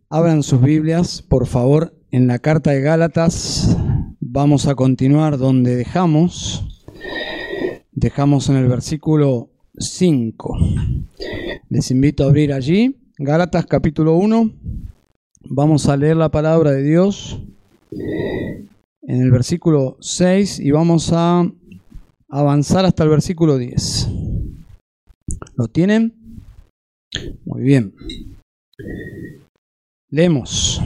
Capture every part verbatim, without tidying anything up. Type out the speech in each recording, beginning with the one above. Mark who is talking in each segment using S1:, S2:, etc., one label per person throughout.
S1: Abran sus Biblias, por favor, en la carta de Gálatas. Vamos a continuar donde dejamos. Dejamos en el versículo cinco. Les invito a abrir allí, Gálatas capítulo uno. Vamos a leer la palabra de Dios en el versículo seis y vamos a avanzar hasta el versículo diez. ¿Lo tienen? Muy bien. Leemos.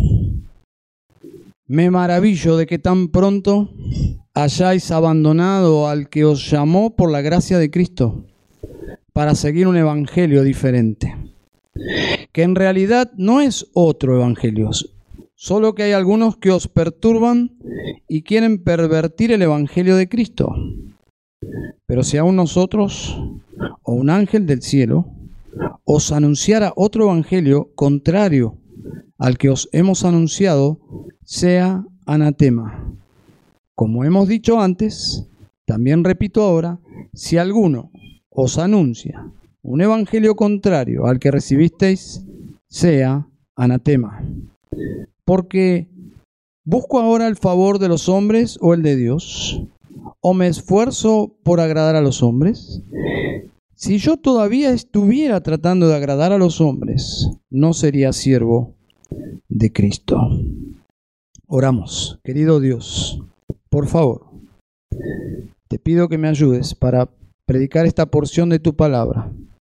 S1: Me maravillo de que tan pronto hayáis abandonado al que os llamó por la gracia de Cristo para seguir un evangelio diferente, que en realidad no es otro evangelio, solo que hay algunos que os perturban y quieren pervertir el evangelio de Cristo. Pero si aún nosotros o un ángel del cielo os anunciara otro evangelio contrario al que os hemos anunciado, sea anatema. Como hemos dicho antes, también repito ahora, si alguno os anuncia un evangelio contrario al que recibisteis, sea anatema. Porque ¿busco ahora el favor de los hombres o el de Dios? ¿O me esfuerzo por agradar a los hombres? Si yo todavía estuviera tratando de agradar a los hombres, no sería siervo de Cristo. Oramos. Querido Dios, por favor, te pido que me ayudes para predicar esta porción de tu palabra.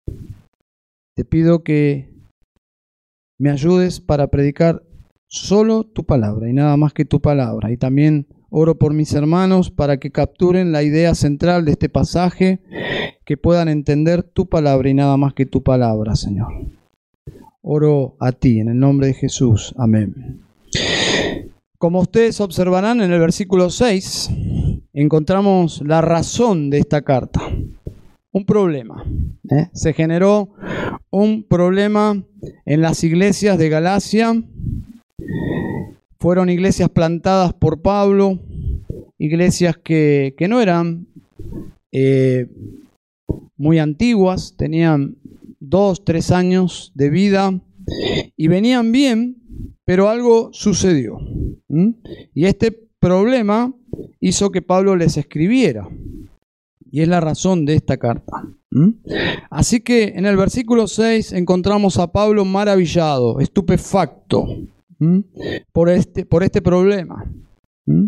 S1: Te pido que me ayudes para predicar solo tu palabra y nada más que tu palabra. Y también oro por mis hermanos para que capturen la idea central de este pasaje, que puedan entender tu palabra y nada más que tu palabra, Señor. Oro a ti en el nombre de Jesús. Amén. Como ustedes observarán en el versículo seis, encontramos la razón de esta carta. Un problema. ¿eh? Se generó un problema en las iglesias de Galacia. Fueron iglesias plantadas por Pablo, iglesias que, que no eran eh, muy antiguas, tenían dos, tres años de vida y venían bien, pero algo sucedió. ¿Mm? Y este problema hizo que Pablo les escribiera. Y es la razón de esta carta. ¿Mm? Así que en el versículo seis encontramos a Pablo maravillado, estupefacto, ¿Mm? por este, por este problema. ¿Mm?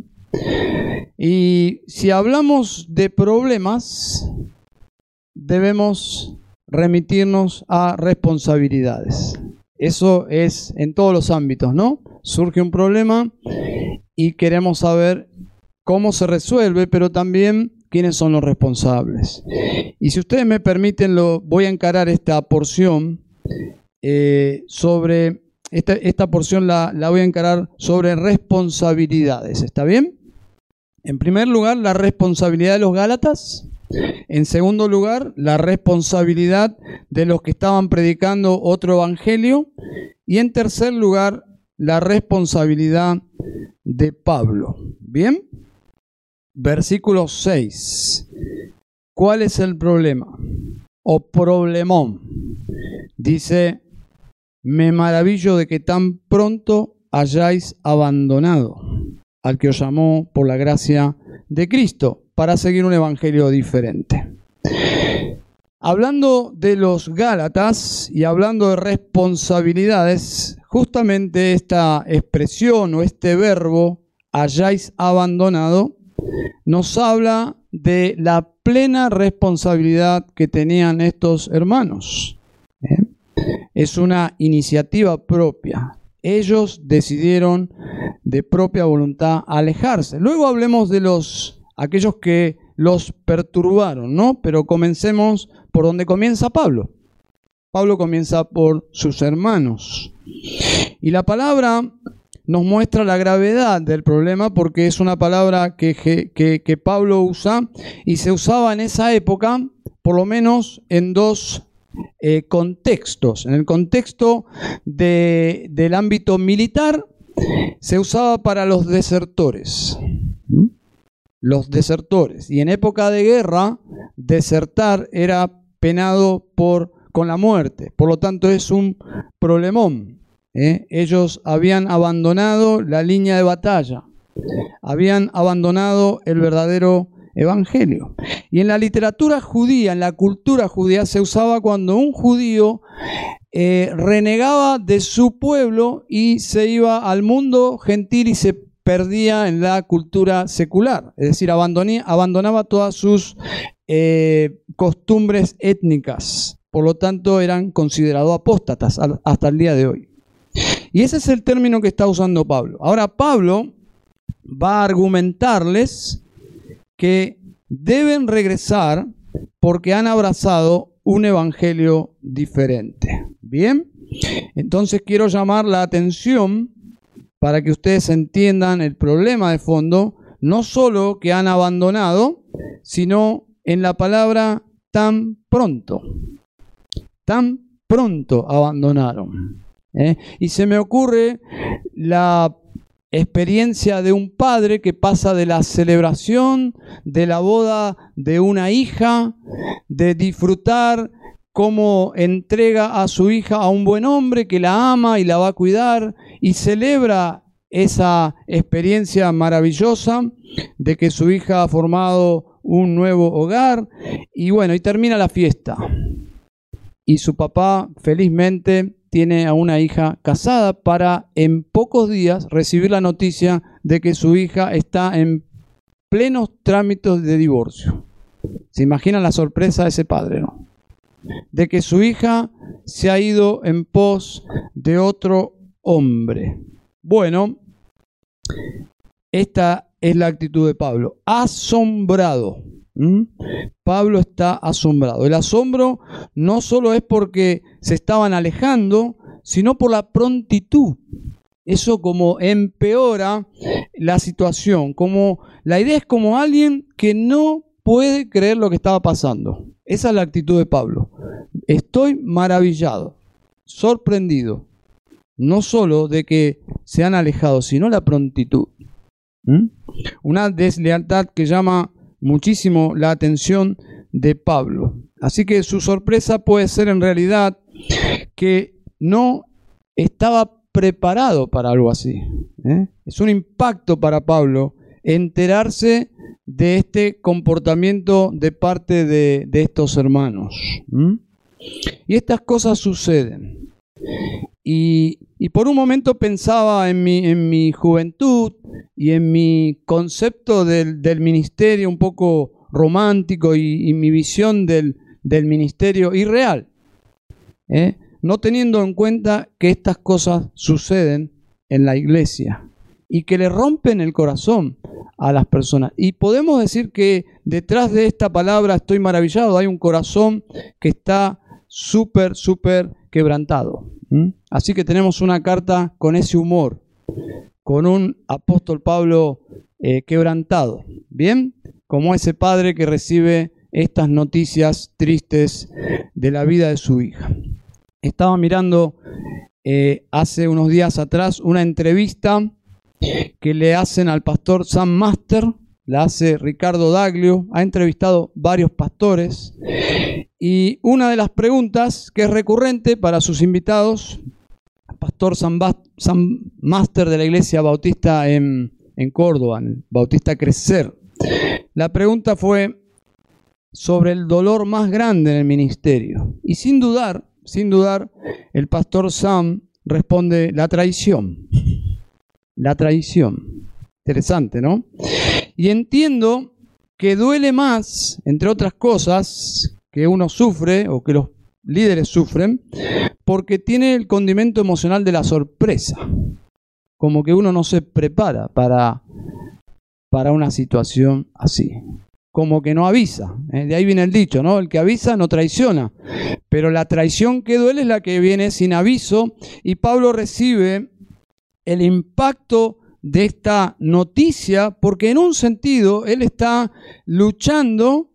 S1: Y si hablamos de problemas, debemos remitirnos a responsabilidades. Eso es en todos los ámbitos, ¿no? Surge un problema y queremos saber cómo se resuelve, pero también quiénes son los responsables. Y si ustedes me permiten, lo, voy a encarar esta porción eh, sobre, esta, esta porción la, la voy a encarar sobre responsabilidades. ¿Está bien? En primer lugar, la responsabilidad de los Gálatas. En segundo lugar, la responsabilidad de los que estaban predicando otro evangelio. Y en tercer lugar, la responsabilidad de Pablo. ¿Bien? Versículo seis. ¿Cuál es el problema? O problemón. Dice, me maravillo de que tan pronto hayáis abandonado al que os llamó por la gracia de Cristo para seguir un evangelio diferente. Hablando de los Gálatas y hablando de responsabilidades, justamente esta expresión o este verbo, hayáis abandonado, nos habla de la plena responsabilidad que tenían estos hermanos. ¿Eh? Es una iniciativa propia. Ellos decidieron de propia voluntad alejarse. Luego hablemos de los aquellos que los perturbaron, ¿no? Pero comencemos por donde comienza Pablo. Pablo comienza por sus hermanos. Y la palabra nos muestra la gravedad del problema porque es una palabra que, que, que Pablo usa y se usaba en esa época, por lo menos en dos eh, contextos. En el contexto de, del ámbito militar, se usaba para los desertores. ¿Mm? Los desertores. Y en época de guerra, desertar era penado por, con la muerte. Por lo tanto, es un problemón. ¿eh? Ellos habían abandonado la línea de batalla, habían abandonado el verdadero evangelio. Y en la literatura judía, en la cultura judía, se usaba cuando un judío eh, renegaba de su pueblo y se iba al mundo gentil y se perdía en la cultura secular, es decir, abandonaba todas sus eh, costumbres étnicas, por lo tanto eran considerados apóstatas hasta el día de hoy. Y ese es el término que está usando Pablo. Ahora Pablo va a argumentarles que deben regresar porque han abrazado un evangelio diferente. Bien, entonces quiero llamar la atención para que ustedes entiendan el problema de fondo, no solo que han abandonado, sino en la palabra tan pronto. Tan pronto abandonaron. ¿eh? Y se me ocurre la experiencia de un padre que pasa de la celebración de la boda de una hija, de disfrutar cómo entrega a su hija a un buen hombre que la ama y la va a cuidar, y celebra esa experiencia maravillosa de que su hija ha formado un nuevo hogar, y bueno, y termina la fiesta. Y su papá felizmente tiene a una hija casada para en pocos días recibir la noticia de que su hija está en plenos trámites de divorcio. ¿Se imaginan la sorpresa de ese padre, no? De que su hija se ha ido en pos de otro hombre. Bueno, esta es la actitud de Pablo. Asombrado. ¿Mm? Pablo está asombrado. El asombro no solo es porque se estaban alejando, sino por la prontitud. Eso como empeora la situación. Como, la idea es como alguien que no puede creer lo que estaba pasando. Esa es la actitud de Pablo. Estoy maravillado, sorprendido, no solo de que se han alejado, sino la prontitud. ¿Mm? Una deslealtad que llama muchísimo la atención de Pablo. Así que su sorpresa puede ser en realidad que no estaba preparado para algo así. ¿eh? Es un impacto para Pablo enterarse de este comportamiento de parte de, de estos hermanos. ¿Mm? Y estas cosas suceden. Y, y por un momento pensaba en mi, en mi juventud y en mi concepto del, del ministerio un poco romántico y, y mi visión del, del ministerio irreal, ¿eh? no teniendo en cuenta que estas cosas suceden en la iglesia y que le rompen el corazón a las personas. Y podemos decir que detrás de esta palabra estoy maravillado, hay un corazón que está súper, súper quebrantado. ¿Mm? Así que tenemos una carta con ese humor, con un apóstol Pablo eh, quebrantado, ¿bien? Como ese padre que recibe estas noticias tristes de la vida de su hija. Estaba mirando eh, hace unos días atrás una entrevista que le hacen al pastor Sam Master, la hace Ricardo Daglio, ha entrevistado varios pastores, y una de las preguntas que es recurrente para sus invitados, pastor Sam, Sam Master de la Iglesia Bautista en, en Córdoba, en Bautista Crecer, la pregunta fue sobre el dolor más grande en el ministerio, y sin dudar, sin dudar, el pastor Sam responde: la traición. La traición. Interesante, ¿no? Y entiendo que duele más, entre otras cosas, que uno sufre o que los líderes sufren, porque tiene el condimento emocional de la sorpresa. Como que uno no se prepara para, para una situación así. Como que no avisa. ¿eh? De ahí viene el dicho, ¿no? El que avisa no traiciona. Pero la traición que duele es la que viene sin aviso, y Pablo recibe el impacto de esta noticia, porque en un sentido él está luchando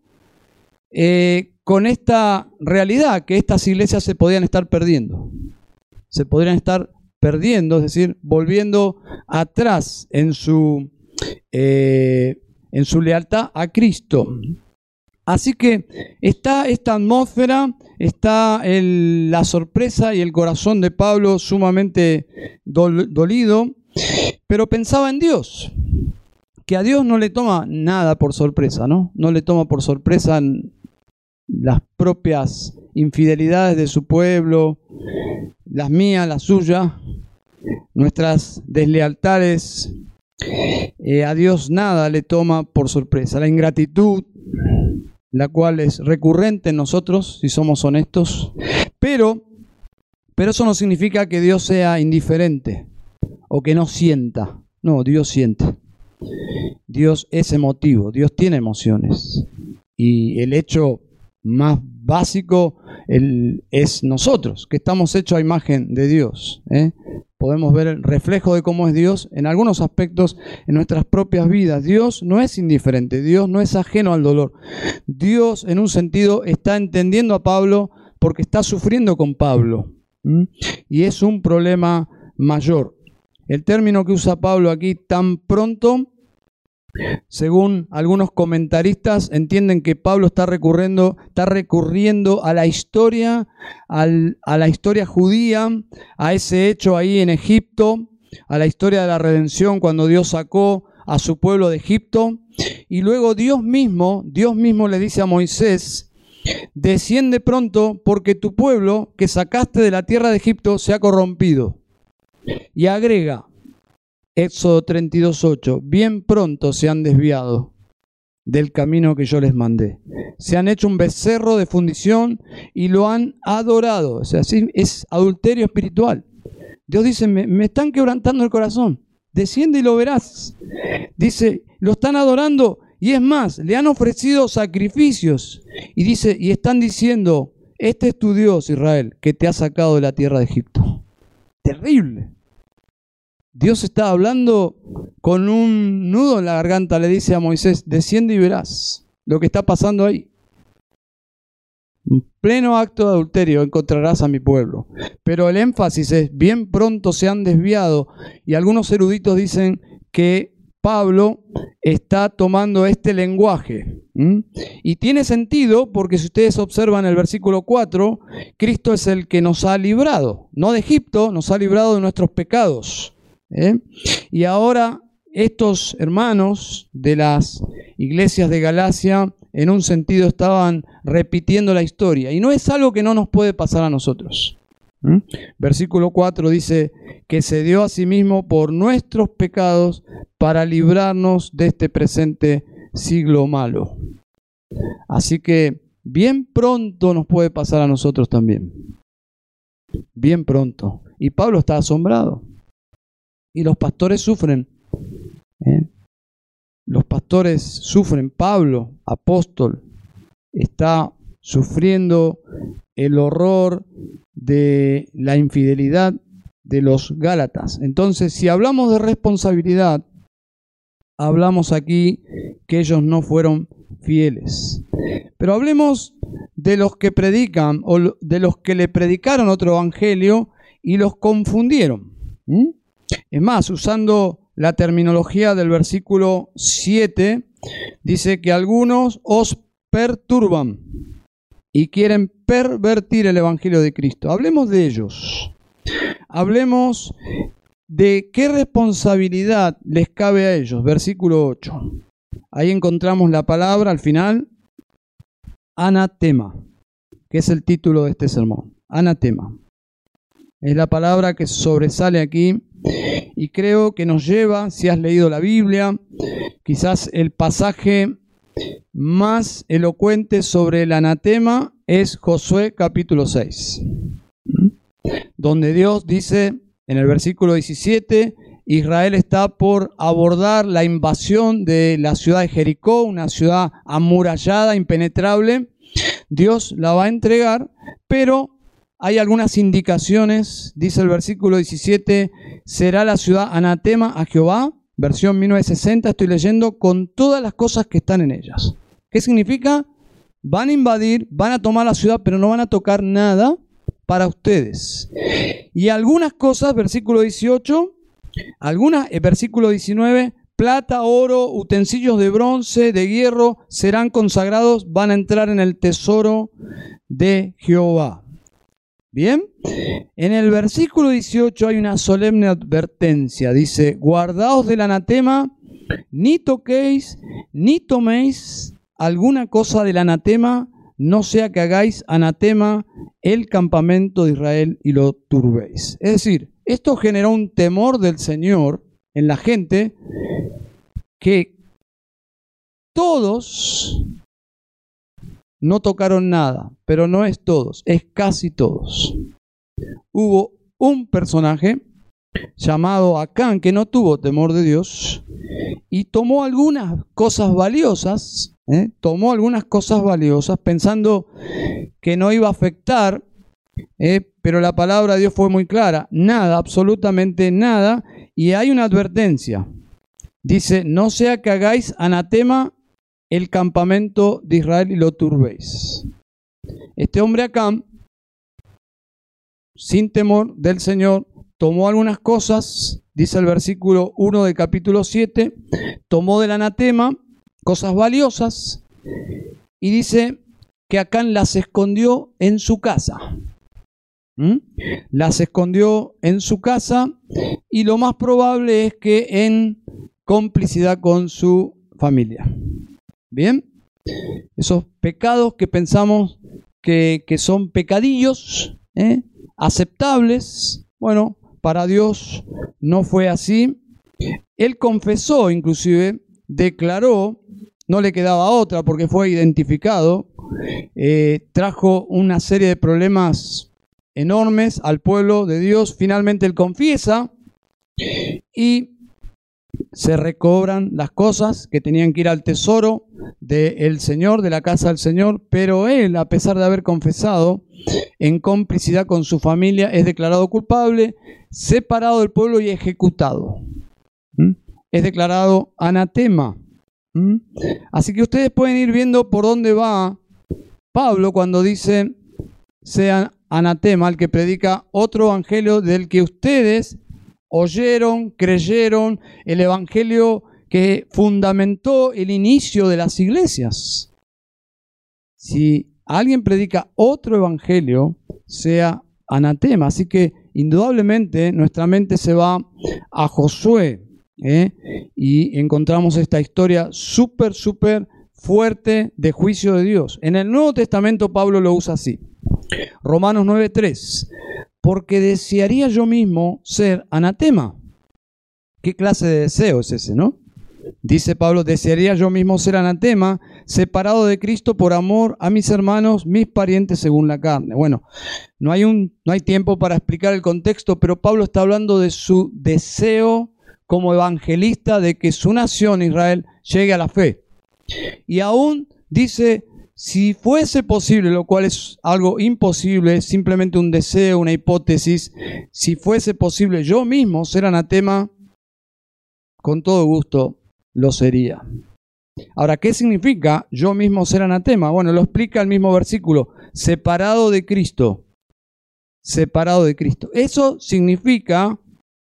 S1: eh, con esta realidad, que estas iglesias se podían estar perdiendo. Se podrían estar perdiendo, es decir, volviendo atrás en su, eh, en su lealtad a Cristo. Así que está esta atmósfera, está el, la sorpresa y el corazón de Pablo sumamente dol, dolido, pero pensaba en Dios, que a Dios no le toma nada por sorpresa, ¿no? No le toma por sorpresa las propias infidelidades de su pueblo, las mías, las suyas, nuestras deslealtades. Eh, a Dios nada le toma por sorpresa. La ingratitud, la cual es recurrente en nosotros, si somos honestos, pero, pero eso no significa que Dios sea indiferente o que no sienta. No, Dios siente. Dios es emotivo, Dios tiene emociones. Y el hecho más básico el, es nosotros, que estamos hechos a imagen de Dios, ¿eh? Podemos ver el reflejo de cómo es Dios en algunos aspectos en nuestras propias vidas. Dios no es indiferente, Dios no es ajeno al dolor. Dios, en un sentido, está entendiendo a Pablo porque está sufriendo con Pablo. ¿Mm? Y es un problema mayor. El término que usa Pablo aquí, tan pronto, según algunos comentaristas, entienden que Pablo está recurriendo, está recurriendo a la historia, al, a la historia judía, a ese hecho ahí en Egipto, a la historia de la redención cuando Dios sacó a su pueblo de Egipto. Y luego Dios mismo, Dios mismo le dice a Moisés: desciende pronto porque tu pueblo que sacaste de la tierra de Egipto se ha corrompido. Y agrega, Éxodo treinta y dos, ocho, bien pronto se han desviado del camino que yo les mandé. Se han hecho un becerro de fundición y lo han adorado. O sea, sí, es adulterio espiritual. Dios dice, me, me están quebrantando el corazón. Desciende y lo verás. Dice, lo están adorando y es más, le han ofrecido sacrificios. Y dice, y están diciendo, este es tu Dios, Israel, que te ha sacado de la tierra de Egipto. Terrible. Dios está hablando con un nudo en la garganta, le dice a Moisés, desciende y verás lo que está pasando ahí. En pleno acto de adulterio encontrarás a mi pueblo. Pero el énfasis es, bien pronto se han desviado, y algunos eruditos dicen que Pablo está tomando este lenguaje. ¿Mm? Y tiene sentido porque si ustedes observan el versículo cuatro, Cristo es el que nos ha librado, no de Egipto, nos ha librado de nuestros pecados. ¿Eh? Y ahora estos hermanos de las iglesias de Galacia en un sentido estaban repitiendo la historia y no es algo que no nos puede pasar a nosotros. ¿Mm? Versículo cuatro dice que se dio a sí mismo por nuestros pecados para librarnos de este presente siglo malo. Así que bien pronto nos puede pasar a nosotros también. Bien pronto. Y Pablo está asombrado. Y los pastores sufren. ¿Eh? Los pastores sufren. Pablo, apóstol, está sufriendo el horror de la infidelidad de los Gálatas. Entonces, si hablamos de responsabilidad, hablamos aquí que ellos no fueron fieles. Pero hablemos de los que predican o de los que le predicaron otro evangelio y los confundieron. ¿Mm? Es más, usando la terminología del versículo siete, dice que algunos os perturban y quieren pervertir el evangelio de Cristo. Hablemos de ellos. Hablemos de qué responsabilidad les cabe a ellos. Versículo ocho. Ahí encontramos la palabra al final, anatema, que es el título de este sermón. Anatema. Es la palabra que sobresale aquí y creo que nos lleva, si has leído la Biblia, quizás el pasaje más elocuente sobre el anatema es Josué capítulo seis, donde Dios dice en el versículo diecisiete, Israel está por abordar la invasión de la ciudad de Jericó, una ciudad amurallada, impenetrable. Dios la va a entregar, pero hay algunas indicaciones, dice el versículo diecisiete, será la ciudad anatema a Jehová, versión mil novecientos sesenta, estoy leyendo, con todas las cosas que están en ellas. ¿Qué significa? Van a invadir, van a tomar la ciudad, pero no van a tocar nada para ustedes. Y algunas cosas, versículo dieciocho, algunas, el versículo diecinueve, plata, oro, utensilios de bronce, de hierro, serán consagrados, van a entrar en el tesoro de Jehová. Bien, en el versículo dieciocho hay una solemne advertencia. Dice, guardaos del anatema, ni toquéis, ni toméis alguna cosa del anatema, no sea que hagáis anatema el campamento de Israel y lo turbéis. Es decir, esto generó un temor del Señor en la gente, que todos no tocaron nada, pero no es todos, es casi todos. Hubo un personaje llamado Acán que no tuvo temor de Dios y tomó algunas cosas valiosas, ¿eh? tomó algunas cosas valiosas pensando que no iba a afectar, ¿eh? pero la palabra de Dios fue muy clara, nada, absolutamente nada, y hay una advertencia. Dice, no sea que hagáis anatema el campamento de Israel y lo turbéis. Este hombre Acán, sin temor del Señor, tomó algunas cosas, dice el versículo uno del capítulo siete, tomó del anatema cosas valiosas y dice que Acán las escondió en su casa. ¿Mm? Las escondió en su casa y lo más probable es que en complicidad con su familia. Bien, esos pecados que pensamos que, que son pecadillos, ¿eh? aceptables, bueno, para Dios no fue así. Él confesó, inclusive, declaró, no le quedaba otra porque fue identificado, eh, trajo una serie de problemas enormes al pueblo de Dios. Finalmente él confiesa y se recobran las cosas que tenían que ir al tesoro del Señor, de la casa del Señor, pero él, a pesar de haber confesado en complicidad con su familia, es declarado culpable, separado del pueblo y ejecutado. ¿Mm? Es declarado anatema. ¿Mm? Así que ustedes pueden ir viendo por dónde va Pablo cuando dice sean anatema, el que predica otro evangelio del que ustedes oyeron, creyeron, el evangelio que fundamentó el inicio de las iglesias. Si alguien predica otro evangelio, sea anatema. Así que indudablemente nuestra mente se va a Josué, ¿eh? y encontramos esta historia súper, súper fuerte de juicio de Dios. En el Nuevo Testamento Pablo lo usa así. Romanos nueve tres. Porque desearía yo mismo ser anatema. ¿Qué clase de deseo es ese, no? Dice Pablo, desearía yo mismo ser anatema, separado de Cristo por amor a mis hermanos, mis parientes según la carne. Bueno, no hay, un, no hay tiempo para explicar el contexto, pero Pablo está hablando de su deseo como evangelista de que su nación, Israel, llegue a la fe. Y aún dice, si fuese posible, lo cual es algo imposible, es simplemente un deseo, una hipótesis, si fuese posible yo mismo ser anatema, con todo gusto lo sería. Ahora, ¿qué significa yo mismo ser anatema? Bueno, lo explica el mismo versículo, separado de Cristo, separado de Cristo. Eso significa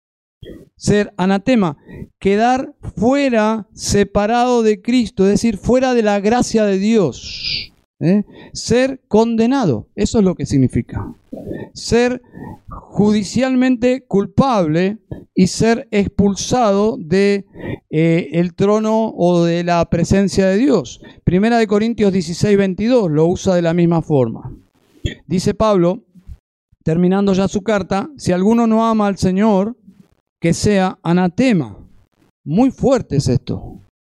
S1: ser anatema, quedar fuera, separado de Cristo, es decir, fuera de la gracia de Dios. ¿Eh? Ser condenado, eso es lo que significa. Ser judicialmente culpable y ser expulsado de eh, el trono o de la presencia de Dios. Primera de Corintios dieciséis veintidós lo usa de la misma forma. Dice Pablo, terminando ya su carta, si alguno no ama al Señor, que sea anatema. Muy fuerte es esto.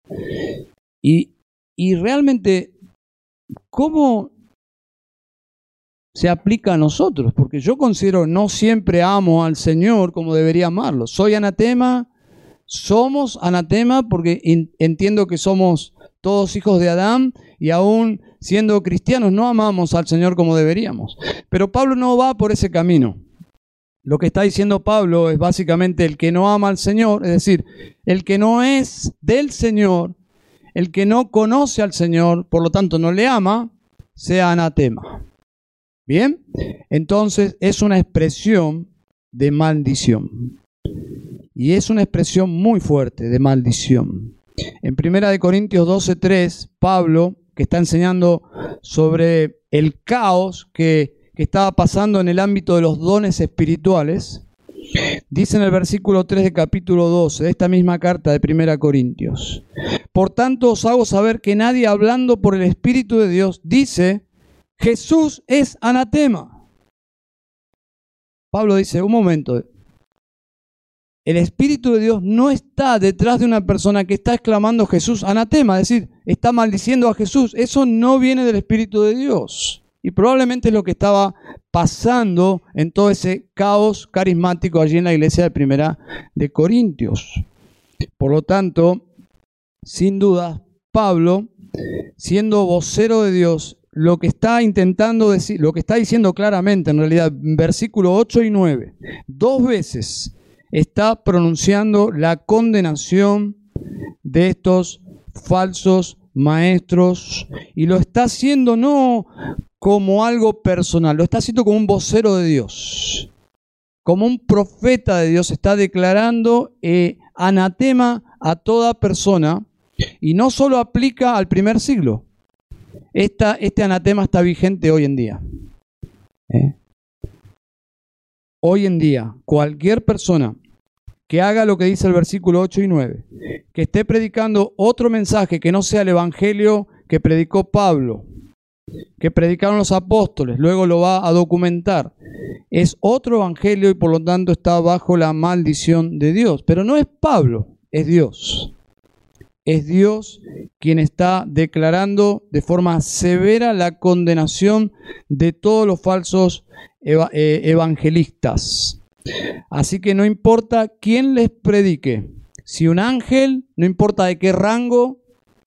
S1: Y, y realmente, ¿cómo se aplica a nosotros? Porque yo considero no siempre amo al Señor como debería amarlo. Soy anatema, somos anatema porque entiendo que somos todos hijos de Adán y aún siendo cristianos no amamos al Señor como deberíamos. Pero Pablo no va por ese camino. Lo que está diciendo Pablo es básicamente el que no ama al Señor, es decir, el que no es del Señor, el que no conoce al Señor, por lo tanto no le ama, sea anatema. ¿Bien? Entonces es una expresión de maldición. Y es una expresión muy fuerte de maldición. En primera de Corintios doce tres, Pablo, que está enseñando sobre el caos que, que estaba pasando en el ámbito de los dones espirituales, dice en el versículo tres de capítulo doce de esta misma carta de primera Corintios: por tanto os hago saber que nadie hablando por el Espíritu de Dios dice Jesús es anatema. Pablo dice, un momento, el Espíritu de Dios no está detrás de una persona que está exclamando Jesús anatema, es decir, está maldiciendo a Jesús. Eso no viene del Espíritu de Dios. Y probablemente es lo que estaba pasando en todo ese caos carismático allí en la iglesia de primera de Corintios. Por lo tanto, sin duda, Pablo, siendo vocero de Dios, lo que está intentando decir, lo que está diciendo claramente en realidad, en versículos ocho y nueve, dos veces está pronunciando la condenación de estos falsos maestros, y lo está haciendo no como algo personal, lo está haciendo como un vocero de Dios, como un profeta de Dios. Está declarando eh, anatema a toda persona, y no solo aplica al primer siglo. Esta, este anatema está vigente hoy en día. ¿Eh? Hoy en día, cualquier persona que haga lo que dice el versículo ocho y nueve, que esté predicando otro mensaje que no sea el evangelio que predicó Pablo, que predicaron los apóstoles, luego lo va a documentar, es otro evangelio y por lo tanto está bajo la maldición de Dios. Pero no es Pablo, es Dios. Es Dios quien está declarando de forma severa la condenación de todos los falsos eva- eh, evangelistas. Así que no importa quién les predique, si un ángel, no importa de qué rango,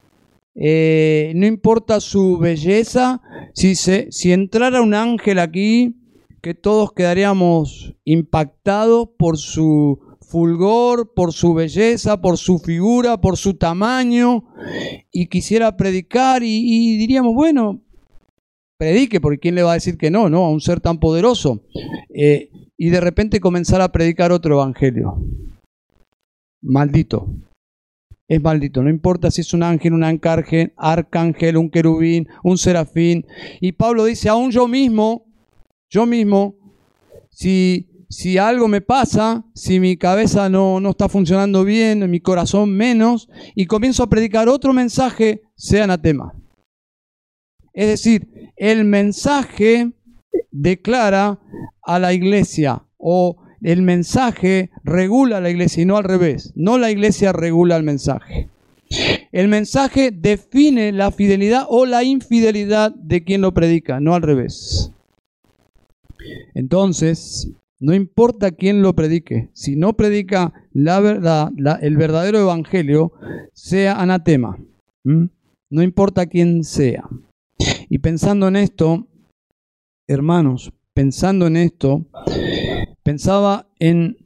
S1: eh, no importa su belleza, si, se, si entrara un ángel aquí, que todos quedaríamos impactados por su fulgor, por su belleza, por su figura, por su tamaño, y quisiera predicar y, y diríamos, bueno, predique, porque ¿quién le va a decir que no, no? A un ser tan poderoso. Eh, y de repente comenzar a predicar otro evangelio. Maldito. Es maldito. No importa si es un ángel, un arcángel, arcángel, un querubín, un serafín. Y Pablo dice, aún yo mismo, yo mismo, si, si algo me pasa, si mi cabeza no, no está funcionando bien, mi corazón menos, y comienzo a predicar otro mensaje, sea anatema. Es decir, el mensaje declara a la iglesia, o el mensaje regula a la iglesia y no al revés. No la iglesia regula el mensaje. El mensaje define la fidelidad o la infidelidad de quien lo predica, no al revés. Entonces, no importa quién lo predique, si no predica la verdad, la, el verdadero evangelio, sea anatema. ¿Mm? No importa quién sea. Y pensando en esto, hermanos, pensando en esto, pensaba en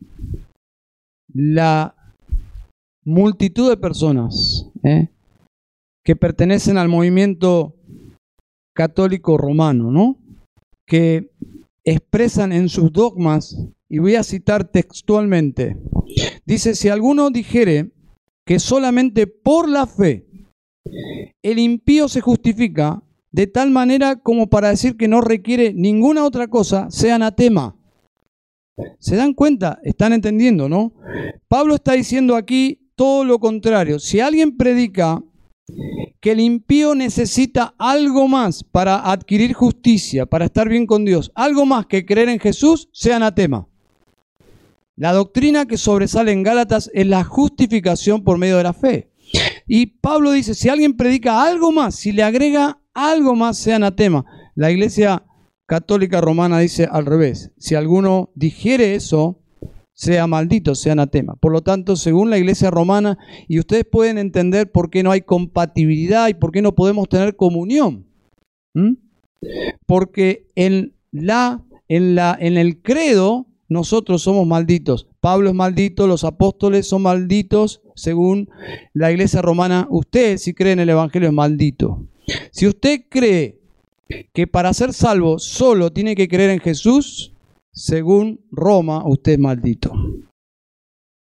S1: la multitud de personas ¿eh? que pertenecen al movimiento católico romano, ¿no? Que expresan en sus dogmas, y voy a citar textualmente, dice, si alguno dijere que solamente por la fe el impío se justifica, de tal manera como para decir que no requiere ninguna otra cosa, sea anatema. ¿Se dan cuenta? ¿Están entendiendo, no? Pablo está diciendo aquí todo lo contrario. Si alguien predica que el impío necesita algo más para adquirir justicia, para estar bien con Dios, algo más que creer en Jesús, sea anatema. La doctrina que sobresale en Gálatas es la justificación por medio de la fe. Y Pablo dice, si alguien predica algo más, si le agrega algo más, sea anatema. La Iglesia Católica Romana dice al revés. Si alguno dijere eso, sea maldito, sea anatema. Por lo tanto, según la Iglesia Romana, y ustedes pueden entender por qué no hay compatibilidad y por qué no podemos tener comunión. ¿Mm? Porque en, la, en, la, en el credo nosotros somos malditos. Pablo es maldito, los apóstoles son malditos, según la Iglesia Romana. Usted, si cree en el Evangelio, es maldito. Si usted cree que para ser salvo solo tiene que creer en Jesús, según Roma, usted es maldito.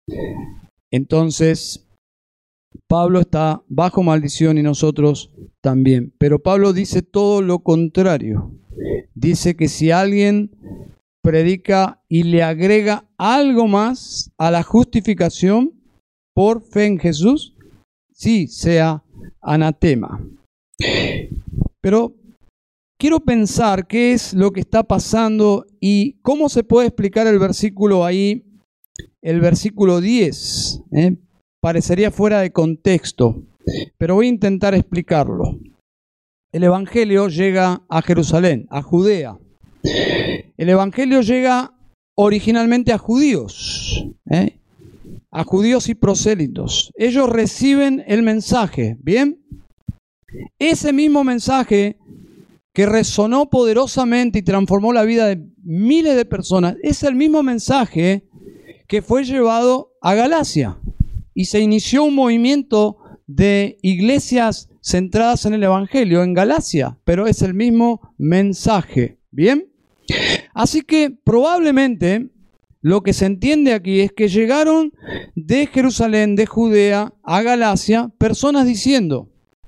S1: Entonces, Pablo está bajo maldición y nosotros también. Pero Pablo dice todo lo contrario. Dice que si alguien predica y le agrega algo más a la justificación por fe en Jesús, sí sea anatema. Pero quiero pensar qué es lo que está pasando y cómo se puede explicar el versículo ahí, el versículo diez. ¿eh? Parecería fuera de contexto, pero voy a intentar explicarlo. El Evangelio llega a Jerusalén, a Judea. El Evangelio llega originalmente a judíos, ¿eh? a judíos y prosélitos. Ellos reciben el mensaje, ¿bien? Ese mismo mensaje que resonó poderosamente y transformó la vida de miles de personas, es el mismo mensaje que fue llevado a Galacia. Y se inició un movimiento de iglesias centradas en el Evangelio en Galacia, pero es el mismo mensaje, ¿bien? Así que probablemente lo que se entiende aquí es que llegaron de Jerusalén, de Judea, a Galacia, personas diciendo,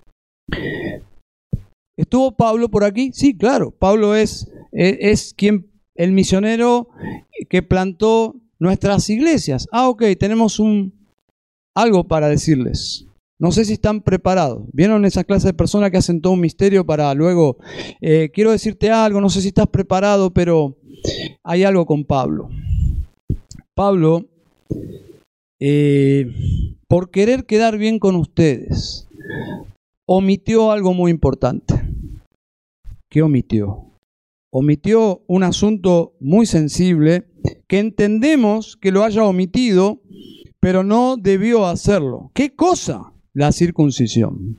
S1: ¿estuvo Pablo por aquí? Sí, claro, Pablo es, es, es quien, el misionero que plantó nuestras iglesias. Ah, ok, tenemos un, algo para decirles. No sé si están preparados. ¿Vieron esa clase de personas que hacen todo un misterio para luego, eh, quiero decirte algo, no sé si estás preparado, pero hay algo con Pablo. Pablo, eh, por querer quedar bien con ustedes, omitió algo muy importante. ¿Qué omitió? Omitió un asunto muy sensible que entendemos que lo haya omitido, pero no debió hacerlo. ¿Qué cosa? La circuncisión.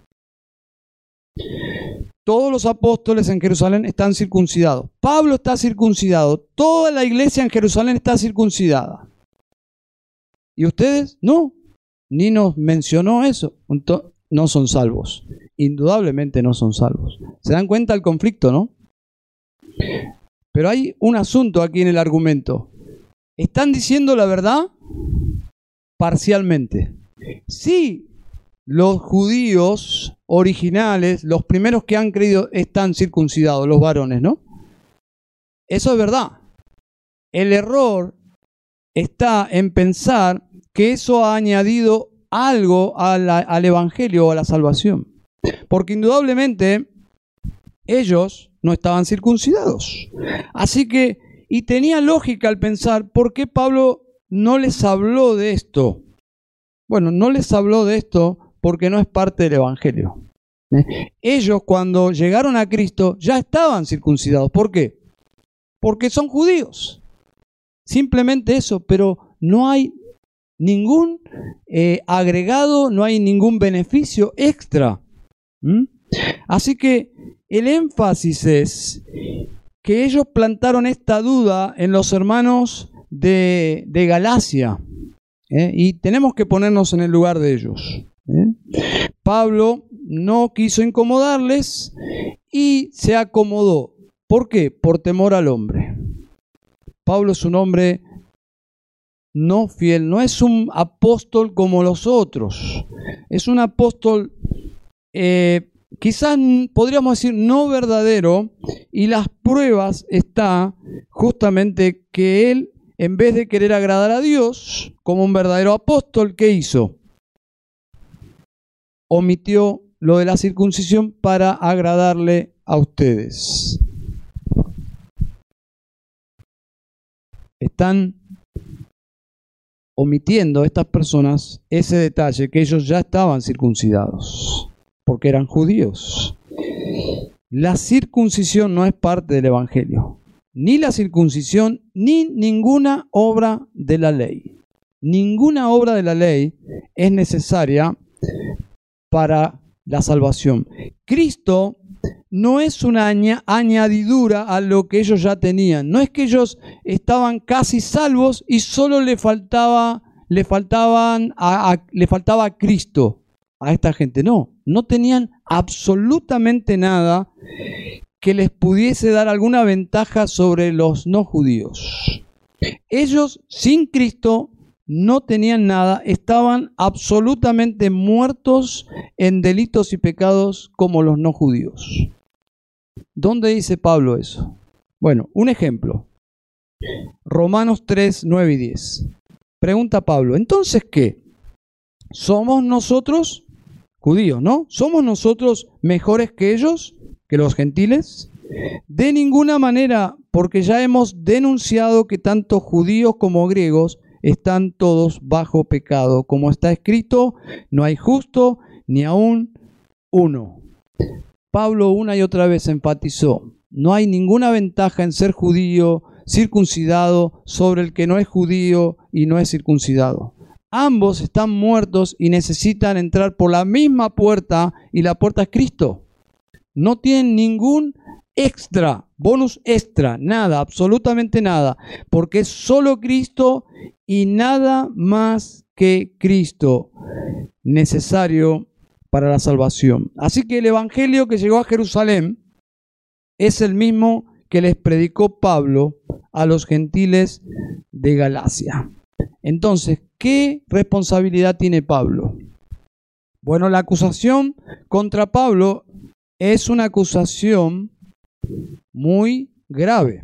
S1: Todos los apóstoles en Jerusalén están circuncidados. Pablo está circuncidado. Toda la iglesia en Jerusalén está circuncidada. ¿Y ustedes? No. Ni nos mencionó eso. Entonces, no son salvos. Indudablemente no son salvos. ¿Se dan cuenta del conflicto, no? Pero hay un asunto aquí en el argumento. ¿Están diciendo la verdad? Parcialmente. Sí, los judíos originales, los primeros que han creído, están circuncidados, los varones, ¿no? Eso es verdad. El error está en pensar que eso ha añadido algo a la, al evangelio o a la salvación. Porque indudablemente ellos no estaban circuncidados. Así que, y tenía lógica al pensar, ¿por qué Pablo no les habló de esto? Bueno, no les habló de esto porque no es parte del evangelio. ¿Eh? Ellos cuando llegaron a Cristo ya estaban circuncidados. ¿Por qué? Porque son judíos. Simplemente eso, pero no hay ningún eh, agregado, no hay ningún beneficio extra. ¿Mm? Así que el énfasis es que ellos plantaron esta duda en los hermanos de, de Galacia. ¿eh? Y tenemos que ponernos en el lugar de ellos. ¿eh? Pablo no quiso incomodarles y se acomodó. ¿Por qué? Por temor al hombre. Pablo es un hombre no fiel, no es un apóstol como los otros. Es un apóstol, eh, quizás podríamos decir no verdadero, y las pruebas está justamente que él, en vez de querer agradar a Dios como un verdadero apóstol, ¿qué hizo? Omitió lo de la circuncisión para agradarle a ustedes. Están omitiendo estas personas ese detalle, que ellos ya estaban circuncidados, porque eran judíos. La circuncisión no es parte del evangelio, ni la circuncisión, ni ninguna obra de la ley. Ninguna obra de la ley es necesaria para la salvación. Cristo no es una añadidura a lo que ellos ya tenían. No es que ellos estaban casi salvos y solo le faltaba, le faltaban a, a, le faltaba a Cristo a esta gente. No, no tenían absolutamente nada que les pudiese dar alguna ventaja sobre los no judíos. Ellos sin Cristo no tenían nada, estaban absolutamente muertos en delitos y pecados como los no judíos. ¿Dónde dice Pablo eso? Bueno, un ejemplo. Romanos tres, nueve y diez. Pregunta Pablo, ¿entonces qué? ¿Somos nosotros judíos, no? ¿Somos nosotros mejores que ellos, que los gentiles? De ninguna manera, porque ya hemos denunciado que tanto judíos como griegos están todos bajo pecado. Como está escrito, no hay justo ni aún uno. Pablo una y otra vez enfatizó, no hay ninguna ventaja en ser judío, circuncidado, sobre el que no es judío y no es circuncidado. Ambos están muertos y necesitan entrar por la misma puerta, y la puerta es Cristo. No tienen ningún extra, bonus extra, nada, absolutamente nada, porque es solo Cristo y nada más que Cristo necesario para la salvación. Así que el evangelio que llegó a Jerusalén es el mismo que les predicó Pablo a los gentiles de Galacia. Entonces, ¿qué responsabilidad tiene Pablo? Bueno, la acusación contra Pablo es una acusación muy grave.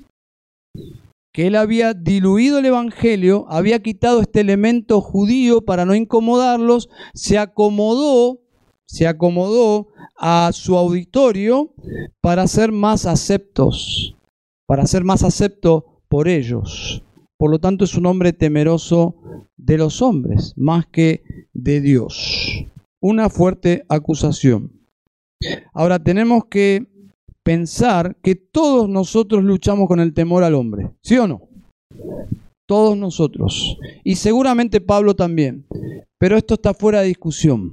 S1: Que él había diluido el evangelio, había quitado este elemento judío para no incomodarlos, se acomodó, se acomodó a su auditorio para ser más aceptos, para ser más acepto por ellos. Por lo tanto, es un hombre temeroso de los hombres, más que de Dios. Una fuerte acusación. Ahora, tenemos que pensar que todos nosotros luchamos con el temor al hombre, ¿sí o no? Todos nosotros. Y seguramente Pablo también. Pero esto está fuera de discusión.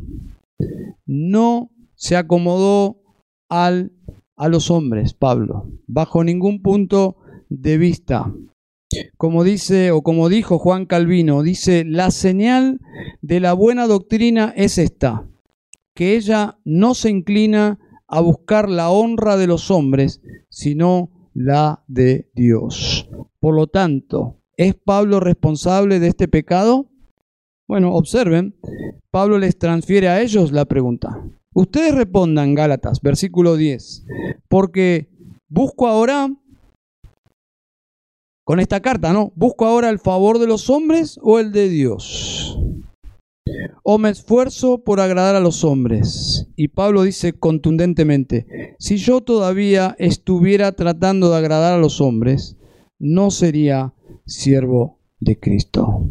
S1: No se acomodó al, a los hombres, Pablo, bajo ningún punto de vista. Como dice o como dijo Juan Calvino, dice, la señal de la buena doctrina es esta, que ella no se inclina a buscar la honra de los hombres, sino la de Dios. Por lo tanto, ¿es Pablo responsable de este pecado? Bueno, observen, Pablo les transfiere a ellos la pregunta. Ustedes respondan, Gálatas, versículo diez, porque busco ahora, con esta carta, ¿no? ¿Busco ahora el favor de los hombres o el de Dios? ¿O me esfuerzo por agradar a los hombres? Y Pablo dice contundentemente, si yo todavía estuviera tratando de agradar a los hombres, no sería siervo de Cristo.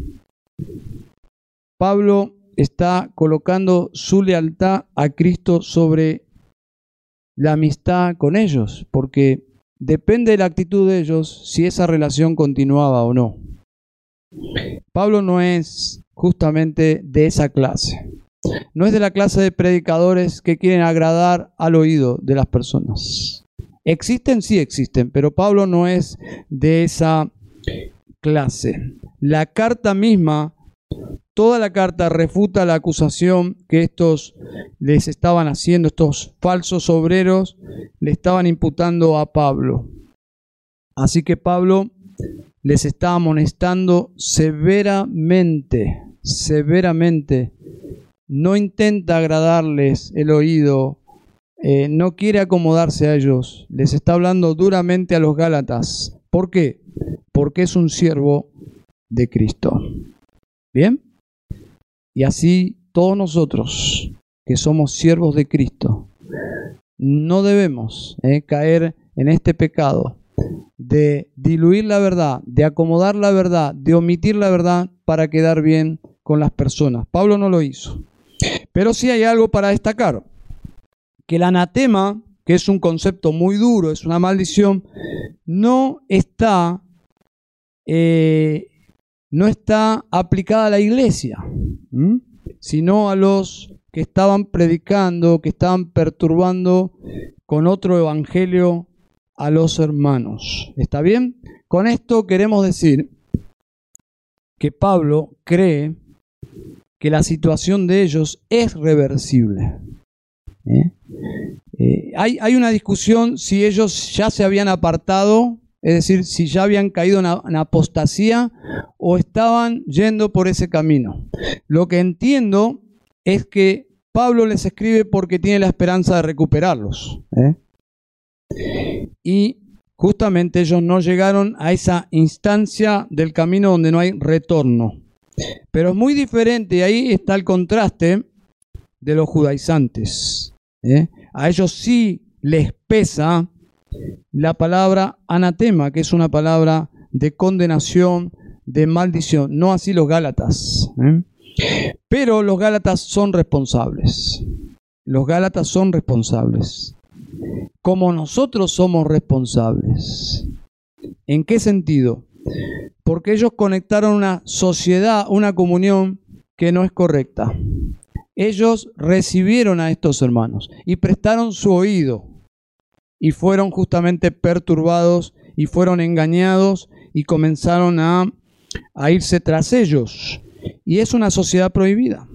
S1: Pablo está colocando su lealtad a Cristo sobre la amistad con ellos, porque depende de la actitud de ellos si esa relación continuaba o no. Pablo no es justamente de esa clase. No es de la clase de predicadores que quieren agradar al oído de las personas. Existen, sí existen, pero Pablo no es de esa clase. La carta misma, toda la carta refuta la acusación que estos les estaban haciendo, estos falsos obreros le estaban imputando a Pablo. Así que Pablo les está amonestando severamente, severamente. No intenta agradarles el oído, eh, no quiere acomodarse a ellos. Les está hablando duramente a los Gálatas. ¿Por qué? Porque es un siervo de Cristo. ¿Bien? Y así todos nosotros, que somos siervos de Cristo, no debemos eh, caer en este pecado de diluir la verdad, de acomodar la verdad, de omitir la verdad para quedar bien con las personas. Pablo no lo hizo. Pero sí hay algo para destacar, que el anatema, que es un concepto muy duro, es una maldición, no está, eh, no está aplicada a la iglesia, ¿m? sino a los que estaban predicando, que estaban perturbando con otro evangelio a los hermanos. ¿Está bien? Con esto queremos decir que Pablo cree que la situación de ellos es reversible. ¿Eh? Eh, hay, hay una discusión si ellos ya se habían apartado es decir, si ya habían caído en, en apostasía o estaban yendo por ese camino. Lo que entiendo es que Pablo les escribe porque tiene la esperanza de recuperarlos, ¿eh? Y justamente ellos no llegaron a esa instancia del camino donde no hay retorno. Pero es muy diferente, y ahí está el contraste de los judaizantes, ¿eh? A ellos sí les pesa la palabra anatema, que es una palabra de condenación, de maldición. No así los gálatas, ¿eh? Pero los gálatas son responsables. Los gálatas son responsables. Como nosotros somos responsables. ¿En qué sentido? Porque ellos conectaron una sociedad, una comunión que no es correcta. Ellos recibieron a estos hermanos y prestaron su oído y fueron justamente perturbados y fueron engañados y comenzaron a, a irse tras ellos. Y es una sociedad prohibida.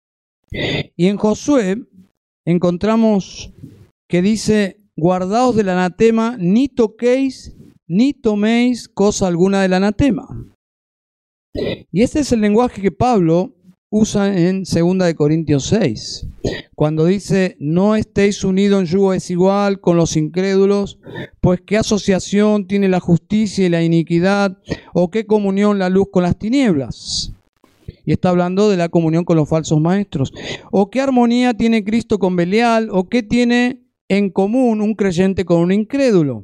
S1: Y en Josué encontramos que dice: guardaos del anatema, ni toquéis ni toméis cosa alguna del anatema. Y este es el lenguaje que Pablo usa en segunda de Corintios seis, cuando dice: no estéis unidos en yugo desigual con los incrédulos, pues qué asociación tiene la justicia y la iniquidad, o qué comunión la luz con las tinieblas. Y está hablando de la comunión con los falsos maestros. O qué armonía tiene Cristo con Belial, o qué tiene en común un creyente con un incrédulo,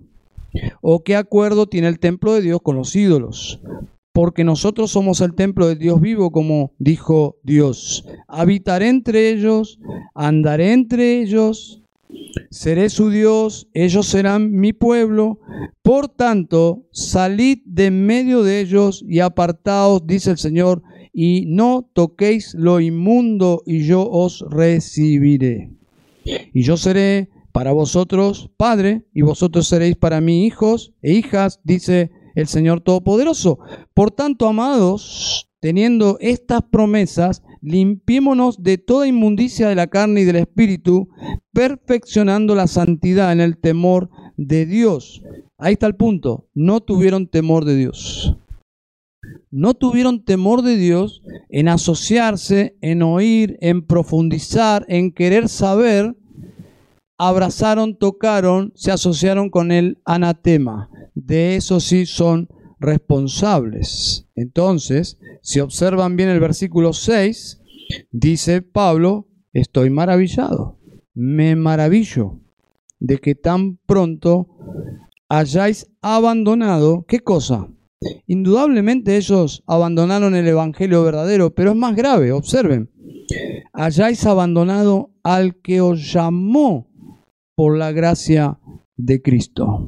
S1: o qué acuerdo tiene el templo de Dios con los ídolos. Porque nosotros somos el templo del Dios vivo, como dijo Dios. Habitaré entre ellos, andaré entre ellos, seré su Dios, ellos serán mi pueblo. Por tanto, salid de en medio de ellos y apartaos, dice el Señor, y no toquéis lo inmundo, y yo os recibiré. Y yo seré para vosotros padre, y vosotros seréis para mí hijos e hijas, dice el Señor Todopoderoso. Por tanto, amados, teniendo estas promesas, limpiémonos de toda inmundicia de la carne y del espíritu, perfeccionando la santidad en el temor de Dios. Ahí está el punto. No tuvieron temor de Dios. No tuvieron temor de Dios en asociarse, en oír, en profundizar, en querer saber. Abrazaron, tocaron, se asociaron con el anatema. De eso sí son responsables. Entonces, si observan bien el versículo seis, dice Pablo: estoy maravillado, me maravillo de que tan pronto hayáis abandonado, ¿qué cosa? Indudablemente ellos abandonaron el evangelio verdadero, pero es más grave, observen. Hayáis abandonado al que os llamó por la gracia de Cristo.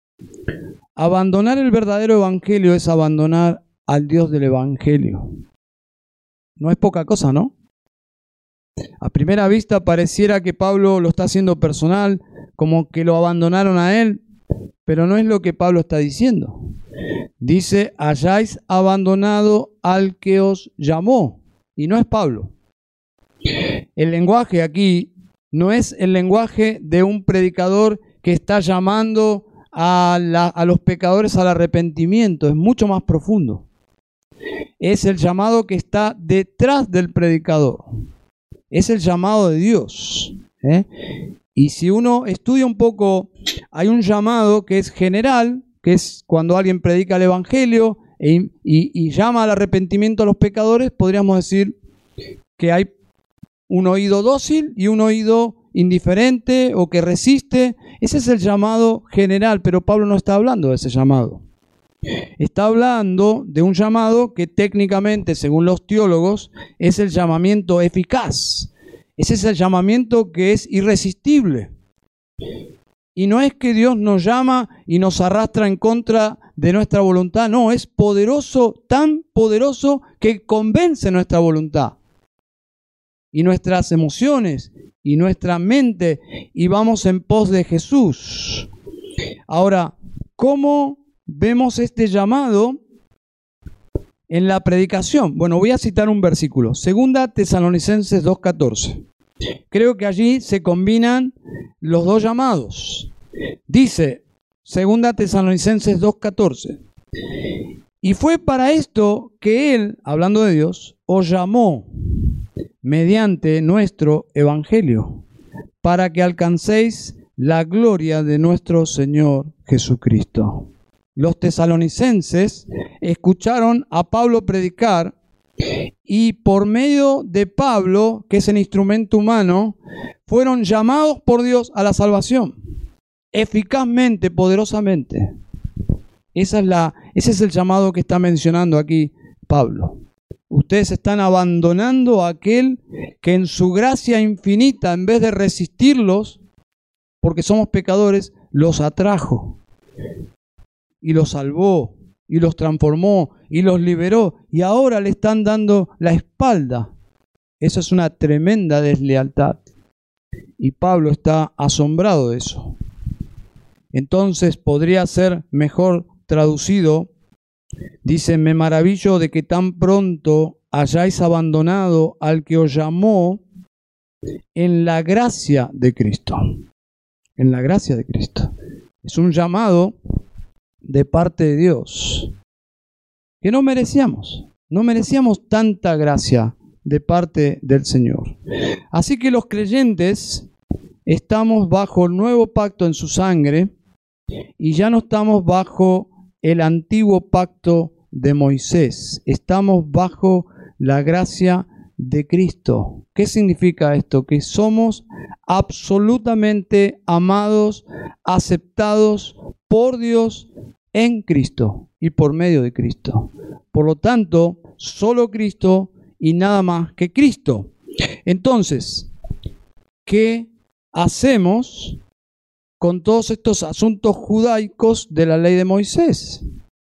S1: Abandonar el verdadero evangelio es abandonar al Dios del evangelio. No es poca cosa, ¿no? A primera vista pareciera que Pablo lo está haciendo personal, como que lo abandonaron a él, pero no es lo que Pablo está diciendo. Dice: hayáis abandonado al que os llamó, y no es Pablo. El lenguaje aquí no es el lenguaje de un predicador que está llamando a, la, a los pecadores al arrepentimiento, es mucho más profundo. Es el llamado que está detrás del predicador. Es el llamado de Dios, ¿eh? Y si uno estudia un poco, hay un llamado que es general, que es cuando alguien predica el evangelio e, y, y llama al arrepentimiento a los pecadores. Podríamos decir que hay un oído dócil y un oído indiferente o que resiste. Ese es el llamado general, pero Pablo no está hablando de ese llamado. Está hablando de un llamado que técnicamente, según los teólogos, es el llamamiento eficaz. Ese es el llamamiento que es irresistible. Y no es que Dios nos llama y nos arrastra en contra de nuestra voluntad. No, es poderoso, tan poderoso que convence nuestra voluntad y nuestras emociones y nuestra mente, y vamos en pos de Jesús. Ahora, ¿cómo vemos este llamado en la predicación? Bueno, voy a citar un versículo, Segunda Tesalonicenses dos catorce. Creo que allí se combinan los dos llamados. Dice, Segunda Tesalonicenses dos catorce. Y fue para esto que Él, hablando de Dios, os llamó mediante nuestro evangelio, para que alcancéis la gloria de nuestro Señor Jesucristo. Los tesalonicenses escucharon a Pablo predicar y por medio de Pablo, que es el instrumento humano, fueron llamados por Dios a la salvación, eficazmente, poderosamente. Esa es la, ese es el llamado que está mencionando aquí Pablo. Ustedes están abandonando a aquel que en su gracia infinita, en vez de resistirlos, porque somos pecadores, los atrajo y los salvó y los transformó y los liberó, y ahora le están dando la espalda. Eso es una tremenda deslealtad. Y Pablo está asombrado de eso. Entonces podría ser mejor traducido, dice: me maravillo de que tan pronto hayáis abandonado al que os llamó en la gracia de Cristo. En la gracia de Cristo. Es un llamado de parte de Dios que no merecíamos. No merecíamos tanta gracia de parte del Señor. Así que los creyentes estamos bajo el nuevo pacto en su sangre y ya no estamos bajo el antiguo pacto de Moisés. Estamos bajo la gracia de Cristo. ¿Qué significa esto? Que somos absolutamente amados, aceptados por Dios en Cristo y por medio de Cristo. Por lo tanto, solo Cristo y nada más que Cristo. Entonces, ¿qué hacemos con todos estos asuntos judaicos de la ley de Moisés?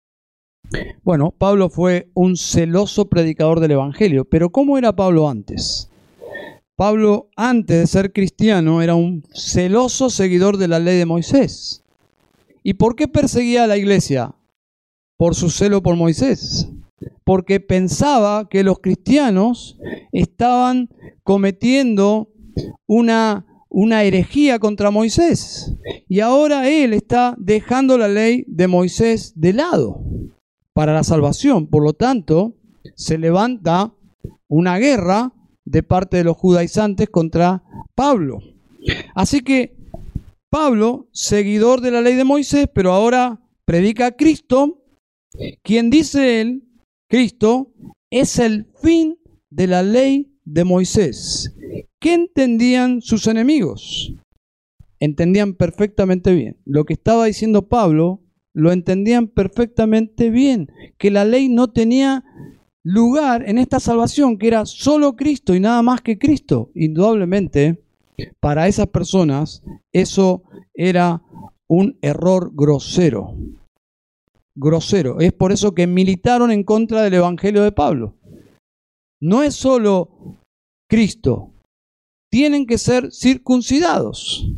S1: Bueno, Pablo fue un celoso predicador del Evangelio, pero ¿cómo era Pablo antes? Pablo, antes de ser cristiano, era un celoso seguidor de la ley de Moisés. ¿Y por qué perseguía a la iglesia? Por su celo por Moisés. Porque pensaba que los cristianos estaban cometiendo una, una herejía contra Moisés. Y ahora él está dejando la ley de Moisés de lado para la salvación. Por lo tanto, se levanta una guerra de parte de los judaizantes contra Pablo. Así que Pablo, seguidor de la ley de Moisés, pero ahora predica a Cristo, quien, dice él, Cristo, es el fin de la ley de Moisés. ¿Qué entendían sus enemigos? Entendían perfectamente bien. Lo que estaba diciendo Pablo, lo entendían perfectamente bien, que la ley no tenía lugar en esta salvación, que era solo Cristo y nada más que Cristo. Indudablemente, para esas personas, eso era un error grosero. Grosero. Es por eso que militaron en contra del Evangelio de Pablo. No es solo Cristo. Tienen que ser circuncidados.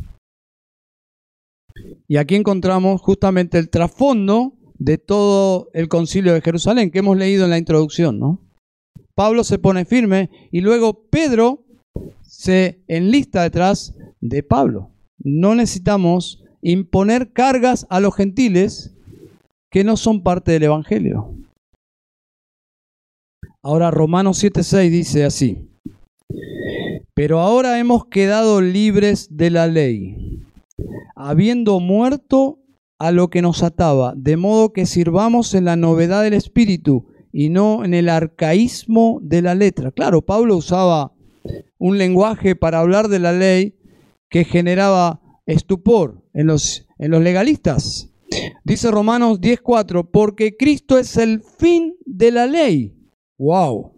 S1: Y aquí encontramos justamente el trasfondo de todo el concilio de Jerusalén que hemos leído en la introducción, ¿no? Pablo se pone firme y luego Pedro se enlista detrás de Pablo. No necesitamos imponer cargas a los gentiles que no son parte del Evangelio. Ahora Romanos siete seis dice así: pero ahora hemos quedado libres de la ley, habiendo muerto a lo que nos ataba, de modo que sirvamos en la novedad del espíritu y no en el arcaísmo de la letra. Claro, Pablo usaba un lenguaje para hablar de la ley que generaba estupor en los, en los legalistas. Dice Romanos diez cuatro, porque Cristo es el fin de la ley. ¡Wow!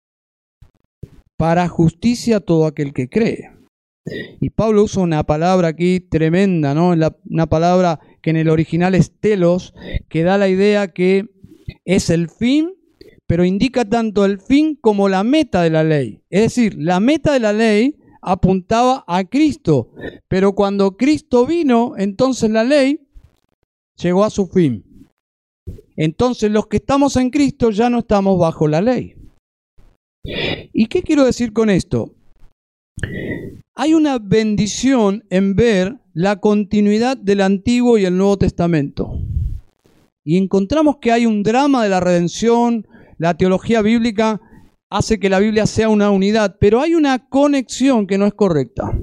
S1: Para justicia a todo aquel que cree. Y Pablo usa una palabra aquí tremenda, ¿no? La, una palabra que en el original es telos, que da la idea que es el fin, pero indica tanto el fin como la meta de la ley. Es decir, la meta de la ley apuntaba a Cristo, pero cuando Cristo vino, entonces la ley llegó a su fin. Entonces los que estamos en Cristo ya no estamos bajo la ley. ¿Y qué quiero decir con esto? hay una bendición en ver la continuidad del Antiguo y el Nuevo Testamento. Y encontramos que hay un drama de la redención, la teología bíblica hace que la Biblia sea una unidad, pero hay una conexión que no es correcta.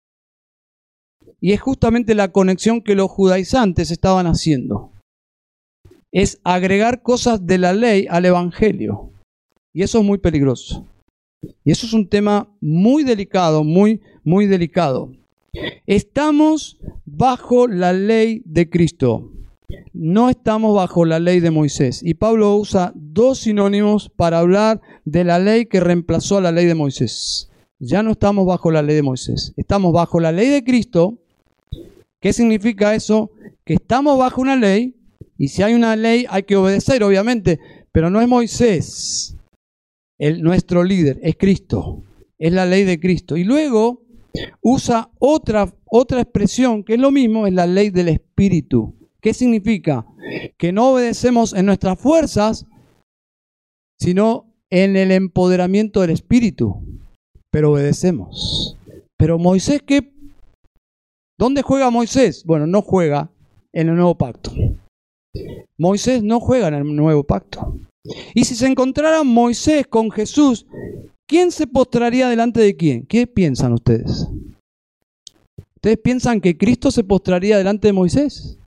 S1: Y es justamente la conexión que los judaizantes estaban haciendo. Es agregar cosas de la ley al Evangelio. Y eso es muy peligroso. Y eso es un tema muy delicado, muy, muy delicado. Estamos bajo la ley de Cristo. No estamos bajo la ley de Moisés. Y Pablo usa dos sinónimos para hablar de la ley que reemplazó a la ley de Moisés. Ya no estamos bajo la ley de Moisés. Estamos bajo la ley de Cristo. ¿Qué significa eso? Que estamos bajo una ley, y si hay una ley hay que obedecer, obviamente, pero no es Moisés el, nuestro líder, es Cristo, es la ley de Cristo. Y luego usa otra, otra expresión que es lo mismo, es la ley del Espíritu. ¿Qué significa? Que no obedecemos en nuestras fuerzas, sino en el empoderamiento del Espíritu, pero obedecemos. Pero Moisés, ¿qué? ¿Dónde juega Moisés? Bueno, no juega en el nuevo pacto. Moisés no juega en el nuevo pacto. Y si se encontrara Moisés con Jesús, ¿quién se postraría delante de quién? ¿Qué piensan ustedes? ¿Ustedes piensan que Cristo se postraría delante de Moisés?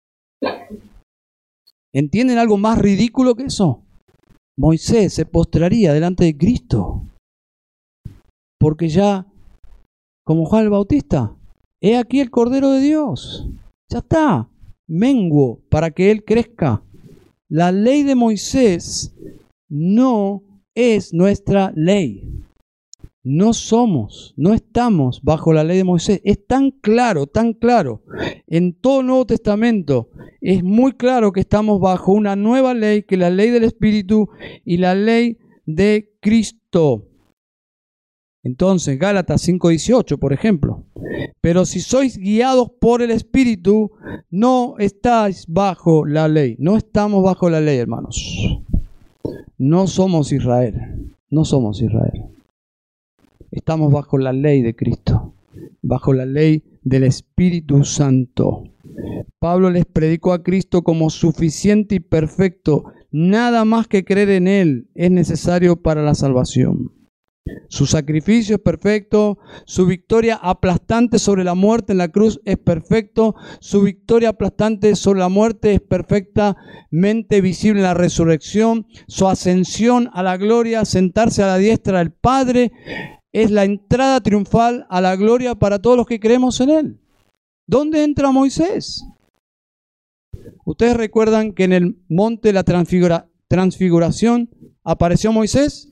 S1: ¿Entienden algo más ridículo que eso? Moisés se postraría delante de Cristo. Porque ya, como Juan el Bautista, he aquí el Cordero de Dios. Ya está. Menguo para que Él crezca. La ley de Moisés no es nuestra ley. No somos, no estamos bajo la ley de Moisés. Es tan claro, tan claro. En todo el Nuevo Testamento es muy claro que estamos bajo una nueva ley, que es la ley del Espíritu y la ley de Cristo. Entonces, Gálatas cinco dieciocho, por ejemplo. Pero si sois guiados por el Espíritu, no estáis bajo la ley. No estamos bajo la ley, hermanos. No somos Israel. No somos Israel. Estamos bajo la ley de Cristo, bajo la ley del Espíritu Santo. Pablo les predicó a Cristo como suficiente y perfecto. Nada más que creer en Él es necesario para la salvación. Su sacrificio es perfecto, su victoria aplastante sobre la muerte en la cruz es perfecto, su victoria aplastante sobre la muerte es perfectamente visible en la resurrección, su ascensión a la gloria, sentarse a la diestra del Padre, es la entrada triunfal a la gloria para todos los que creemos en Él. ¿Dónde entra Moisés? ¿Ustedes recuerdan que en el monte de la transfigura- transfiguración apareció Moisés?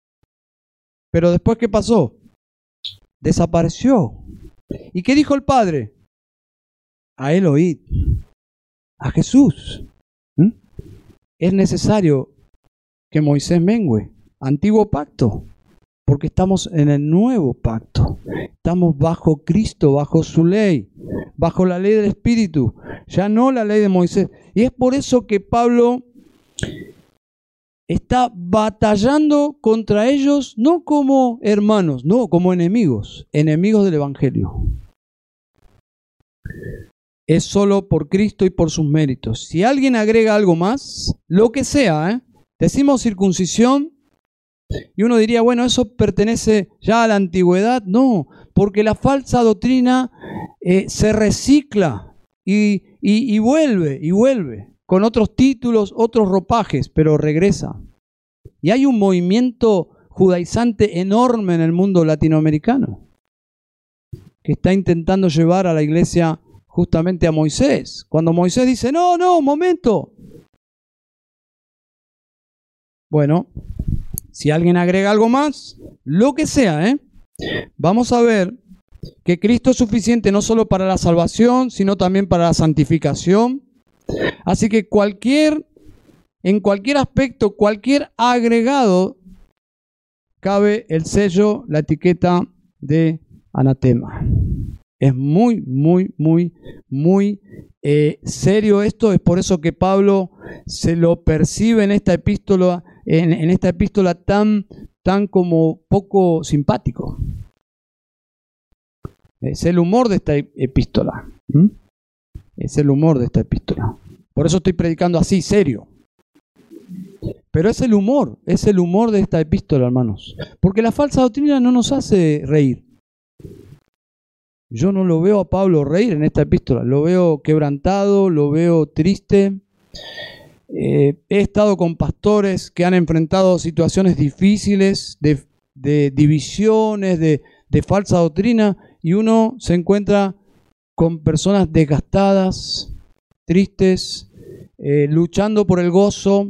S1: Pero después, ¿qué pasó? Desapareció. ¿Y qué dijo el Padre? A Él oíd. A Jesús. ¿Mm? Es necesario que Moisés mengüe. Antiguo pacto. Porque estamos en el nuevo pacto. Estamos bajo Cristo, bajo su ley. Bajo la ley del Espíritu. Ya no la ley de Moisés. Y es por eso que Pablo está batallando contra ellos, no como hermanos, no, como enemigos, enemigos del Evangelio. Es solo por Cristo y por sus méritos. Si alguien agrega algo más, lo que sea, ¿eh? Decimos circuncisión, y uno diría, bueno, eso pertenece ya a la antigüedad. No, porque la falsa doctrina eh, se recicla y, y, y vuelve, y vuelve. Con otros títulos, otros ropajes, pero regresa. Y hay un movimiento judaizante enorme en el mundo latinoamericano que está intentando llevar a la iglesia justamente a Moisés. Cuando Moisés dice, no, no, un momento. Bueno, si alguien agrega algo más, lo que sea, ¿eh? Vamos a ver que Cristo es suficiente no solo para la salvación, sino también para la santificación. Así que cualquier, en cualquier aspecto, cualquier agregado, cabe el sello, la etiqueta de anatema. Es muy, muy, muy, muy eh, serio esto. Es por eso que Pablo se lo percibe en esta epístola, en, en esta epístola tan, tan como poco simpático. Es el humor de esta epístola. ¿Mm? Es el humor de esta epístola. Por eso estoy predicando así, serio. Pero es el humor, es el humor de esta epístola, hermanos. Porque la falsa doctrina no nos hace reír. Yo no lo veo a Pablo reír en esta epístola. Lo veo quebrantado, lo veo triste. Eh, he estado con pastores que han enfrentado situaciones difíciles, de, de divisiones, de, de falsa doctrina, y uno se encuentra con personas desgastadas, tristes, eh, luchando por el gozo.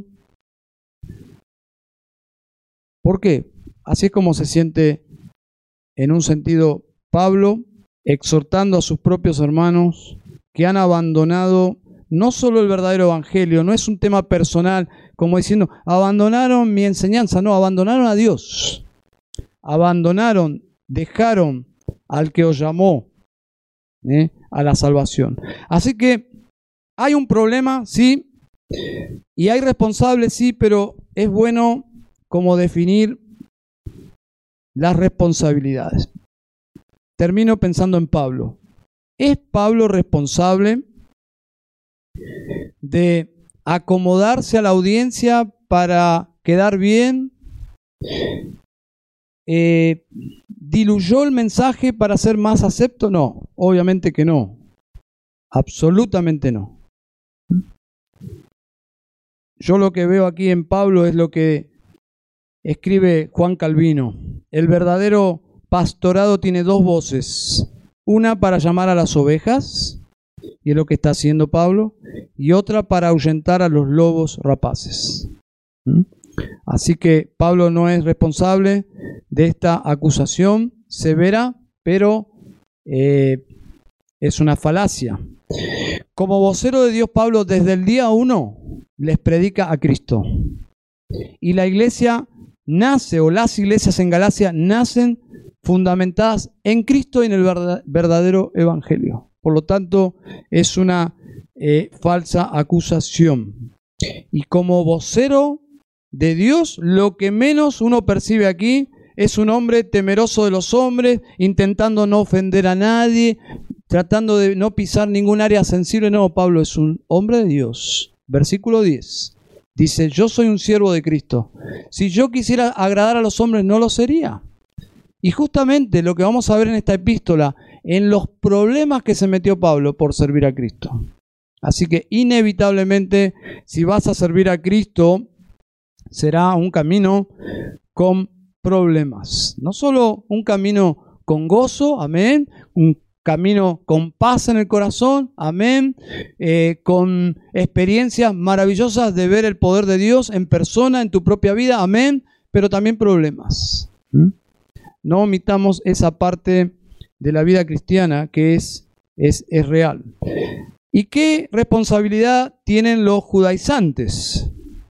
S1: ¿Por qué? Así es como se siente en un sentido Pablo, exhortando a sus propios hermanos que han abandonado no solo el verdadero evangelio, no es un tema personal, como diciendo, abandonaron mi enseñanza, no, abandonaron a Dios, abandonaron, dejaron al que os llamó ¿eh? a la salvación. Así que hay un problema, sí, y hay responsables, sí, pero es bueno como definir las responsabilidades. Termino pensando en Pablo. ¿Es Pablo responsable de acomodarse a la audiencia para quedar bien? Eh, ¿Diluyó el mensaje para ser más acepto? No, obviamente que no. Absolutamente no. Yo lo que veo aquí en Pablo es lo que escribe Juan Calvino. El verdadero pastorado tiene dos voces. Una para llamar a las ovejas, y es lo que está haciendo Pablo, y otra para ahuyentar a los lobos rapaces. ¿Mm? Así que Pablo no es responsable de esta acusación severa, pero eh, es una falacia. Como vocero de Dios, Pablo desde el día uno les predica a Cristo. Y la iglesia nace, o las iglesias en Galacia nacen fundamentadas en Cristo y en el verdadero evangelio. Por lo tanto, es una eh, falsa acusación. Y como vocero de Dios, lo que menos uno percibe aquí es un hombre temeroso de los hombres, intentando no ofender a nadie, tratando de no pisar ningún área sensible. No, Pablo es un hombre de Dios. Versículo diez. Dice, yo soy un siervo de Cristo. Si yo quisiera agradar a los hombres, no lo sería. Y justamente lo que vamos a ver en esta epístola, en los problemas que se metió Pablo por servir a Cristo. Así que inevitablemente, si vas a servir a Cristo, será un camino con problemas. No solo un camino con gozo, amén, un camino con paz en el corazón, amén, eh, con experiencias maravillosas de ver el poder de Dios en persona, en tu propia vida, amén, pero también problemas. ¿Mm? No omitamos esa parte de la vida cristiana que es, es, es real. ¿Y qué responsabilidad tienen los judaizantes?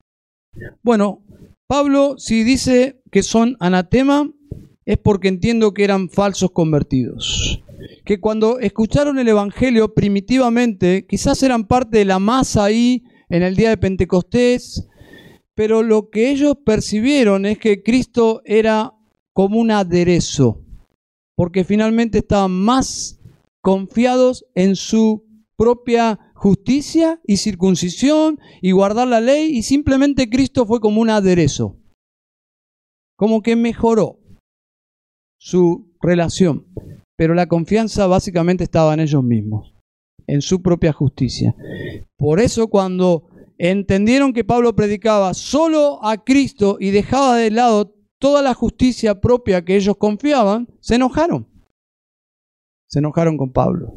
S1: Bueno, Pablo, si dice que son anatema, es porque entiendo que eran falsos convertidos. Que cuando escucharon el evangelio primitivamente, quizás eran parte de la masa ahí en el día de Pentecostés, pero lo que ellos percibieron es que Cristo era como un aderezo, porque finalmente estaban más confiados en su propia justicia y circuncisión y guardar la ley, y simplemente Cristo fue como un aderezo, como que mejoró su relación, pero la confianza básicamente estaba en ellos mismos, en su propia justicia. Por eso cuando entendieron que Pablo predicaba solo a Cristo y dejaba de lado toda la justicia propia que ellos confiaban, se enojaron. Se enojaron con Pablo.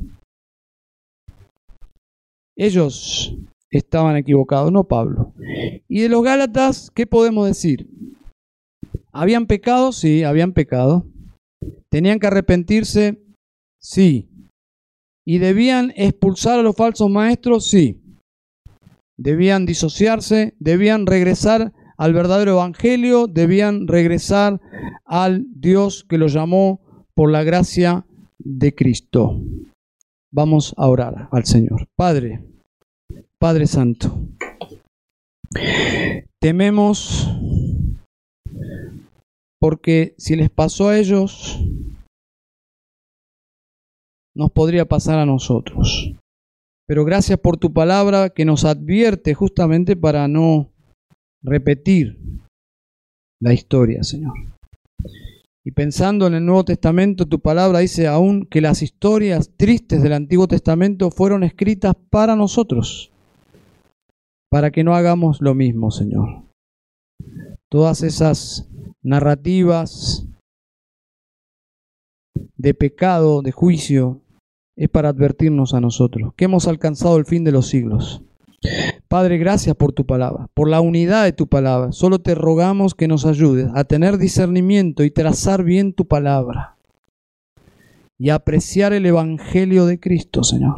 S1: Ellos estaban equivocados, no Pablo. Y de los Gálatas, ¿qué podemos decir? ¿Habían pecado? Sí, habían pecado. ¿Tenían que arrepentirse? Sí. ¿Y debían expulsar a los falsos maestros? Sí. ¿Debían disociarse? ¿Debían regresar al verdadero evangelio? ¿Debían regresar al Dios que los llamó por la gracia de Cristo? Vamos a orar al Señor. Padre, Padre Santo, tememos porque si les pasó a ellos, nos podría pasar a nosotros. Pero gracias por tu palabra que nos advierte justamente para no repetir la historia, Señor. Y pensando en el Nuevo Testamento, tu palabra dice aún que las historias tristes del Antiguo Testamento fueron escritas para nosotros, para que no hagamos lo mismo, Señor. Todas esas narrativas de pecado, de juicio, es para advertirnos a nosotros, que hemos alcanzado el fin de los siglos. Padre, gracias por tu palabra, por la unidad de tu palabra. Solo te rogamos que nos ayudes a tener discernimiento y trazar bien tu palabra y apreciar el Evangelio de Cristo, Señor.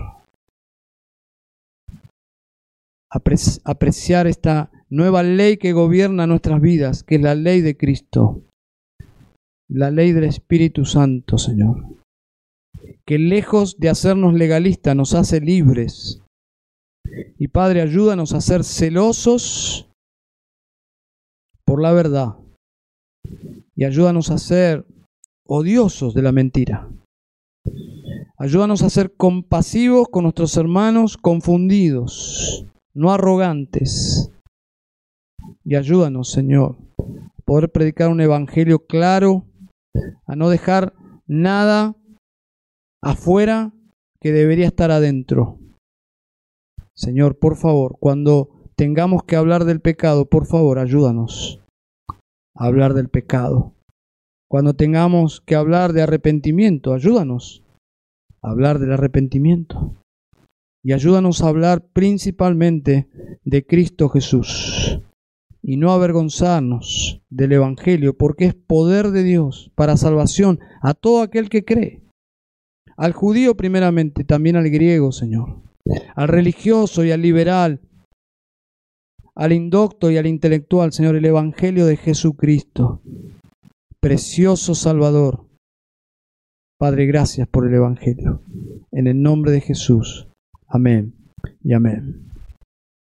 S1: Apreci- apreciar esta nueva ley que gobierna nuestras vidas, que es la ley de Cristo, la ley del Espíritu Santo, Señor, que lejos de hacernos legalistas nos hace libres. Y Padre, ayúdanos a ser celosos por la verdad y ayúdanos a ser odiosos de la mentira. Ayúdanos a ser compasivos con nuestros hermanos confundidos, no arrogantes. Y ayúdanos, Señor, a poder predicar un evangelio claro, a no dejar nada afuera que debería estar adentro. Señor, por favor, cuando tengamos que hablar del pecado, por favor, ayúdanos a hablar del pecado. Cuando tengamos que hablar de arrepentimiento, ayúdanos a hablar del arrepentimiento. Y ayúdanos a hablar principalmente de Cristo Jesús y no avergonzarnos del Evangelio, porque es poder de Dios para salvación a todo aquel que cree. Al judío primeramente, también al griego, Señor. Al religioso y al liberal, al indocto y al intelectual, Señor, el Evangelio de Jesucristo, precioso Salvador. Padre, gracias por el Evangelio. En el nombre de Jesús. Amén y amén.